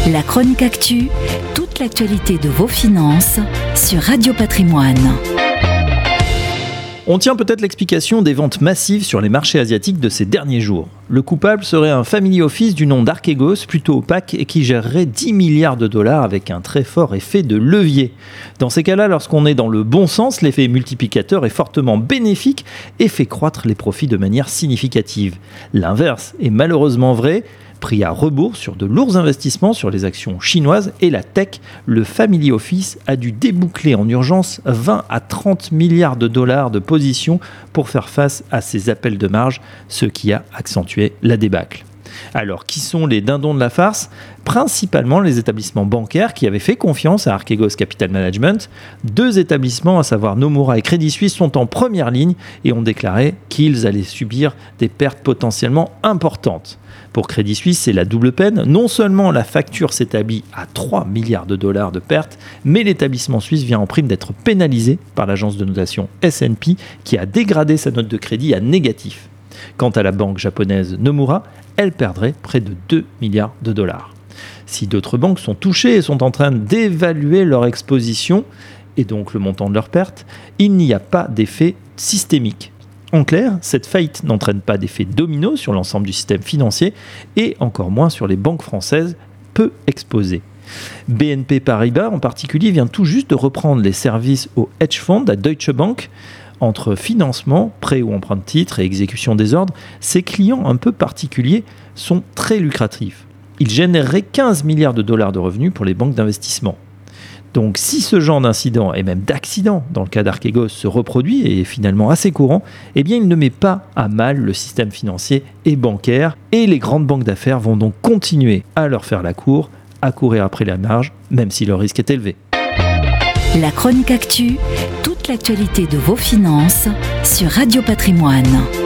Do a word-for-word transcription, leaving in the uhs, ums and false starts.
La chronique actu, toute l'actualité de vos finances sur Radio Patrimoine. On tient peut-être l'explication des ventes massives sur les marchés asiatiques de ces derniers jours. Le coupable serait un family office du nom d'Archegos, plutôt opaque et qui gérerait dix milliards de dollars avec un très fort effet de levier. Dans ces cas-là, lorsqu'on est dans le bon sens, l'effet multiplicateur est fortement bénéfique et fait croître les profits de manière significative. L'inverse est malheureusement vrai. Pris à rebours sur de lourds investissements sur les actions chinoises et la tech, le family office a dû déboucler en urgence vingt à trente milliards de dollars de positions pour faire face à ces appels de marge, ce qui a accentué la débâcle. Alors, qui sont les dindons de la farce ? Principalement les établissements bancaires qui avaient fait confiance à Archegos Capital Management. Deux établissements, à savoir Nomura et Crédit Suisse, sont en première ligne et ont déclaré qu'ils allaient subir des pertes potentiellement importantes. Pour Crédit Suisse, c'est la double peine. Non seulement la facture s'établit à trois milliards de dollars de pertes, mais l'établissement suisse vient en prime d'être pénalisé par l'agence de notation S and P qui a dégradé sa note de crédit à négatif. Quant à la banque japonaise Nomura, elle perdrait près de deux milliards de dollars. Si d'autres banques sont touchées et sont en train d'évaluer leur exposition, et donc le montant de leurs pertes, il n'y a pas d'effet systémique. En clair, cette faillite n'entraîne pas d'effet domino sur l'ensemble du système financier et encore moins sur les banques françaises peu exposées. B N P Paribas en particulier vient tout juste de reprendre les services au hedge fund à Deutsche Bank. Entre financement, prêt ou emprunt de titre et exécution des ordres, ces clients un peu particuliers sont très lucratifs. Ils généreraient quinze milliards de dollars de revenus pour les banques d'investissement. Donc si ce genre d'incident, et même d'accident, dans le cas d'Archegos, se reproduit et est finalement assez courant, eh bien il ne met pas à mal le système financier et bancaire, et les grandes banques d'affaires vont donc continuer à leur faire la cour, à courir après la marge, même si le risque est élevé. La chronique actu, toute l'actualité de vos finances sur Radio Patrimoine.